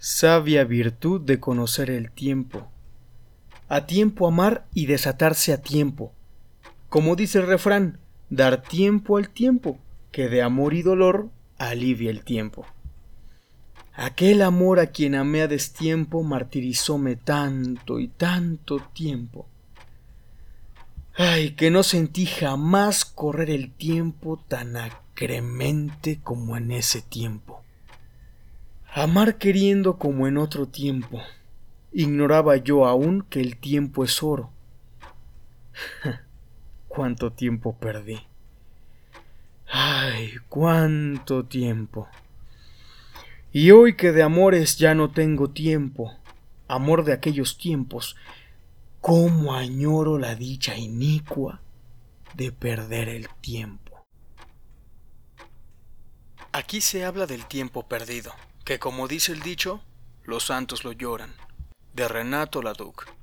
Sabia virtud de conocer el tiempo. A tiempo amar y desatarse a tiempo. Como dice el refrán, dar tiempo al tiempo, que de amor y dolor alivia el tiempo. Aquel amor a quien amé a destiempo martirizóme tanto y tanto tiempo. Ay, que no sentí jamás correr el tiempo tan acremente como en ese tiempo. Amar queriendo como en otro tiempo. Ignoraba yo aún que el tiempo es oro. Cuánto tiempo perdí. Ay, cuánto tiempo. Y hoy que de amores ya no tengo tiempo, amor de aquellos tiempos, cómo añoro la dicha inicua de perder el tiempo. Aquí se habla del tiempo perdido, que como dice el dicho, los santos lo lloran. De Renato Laduc.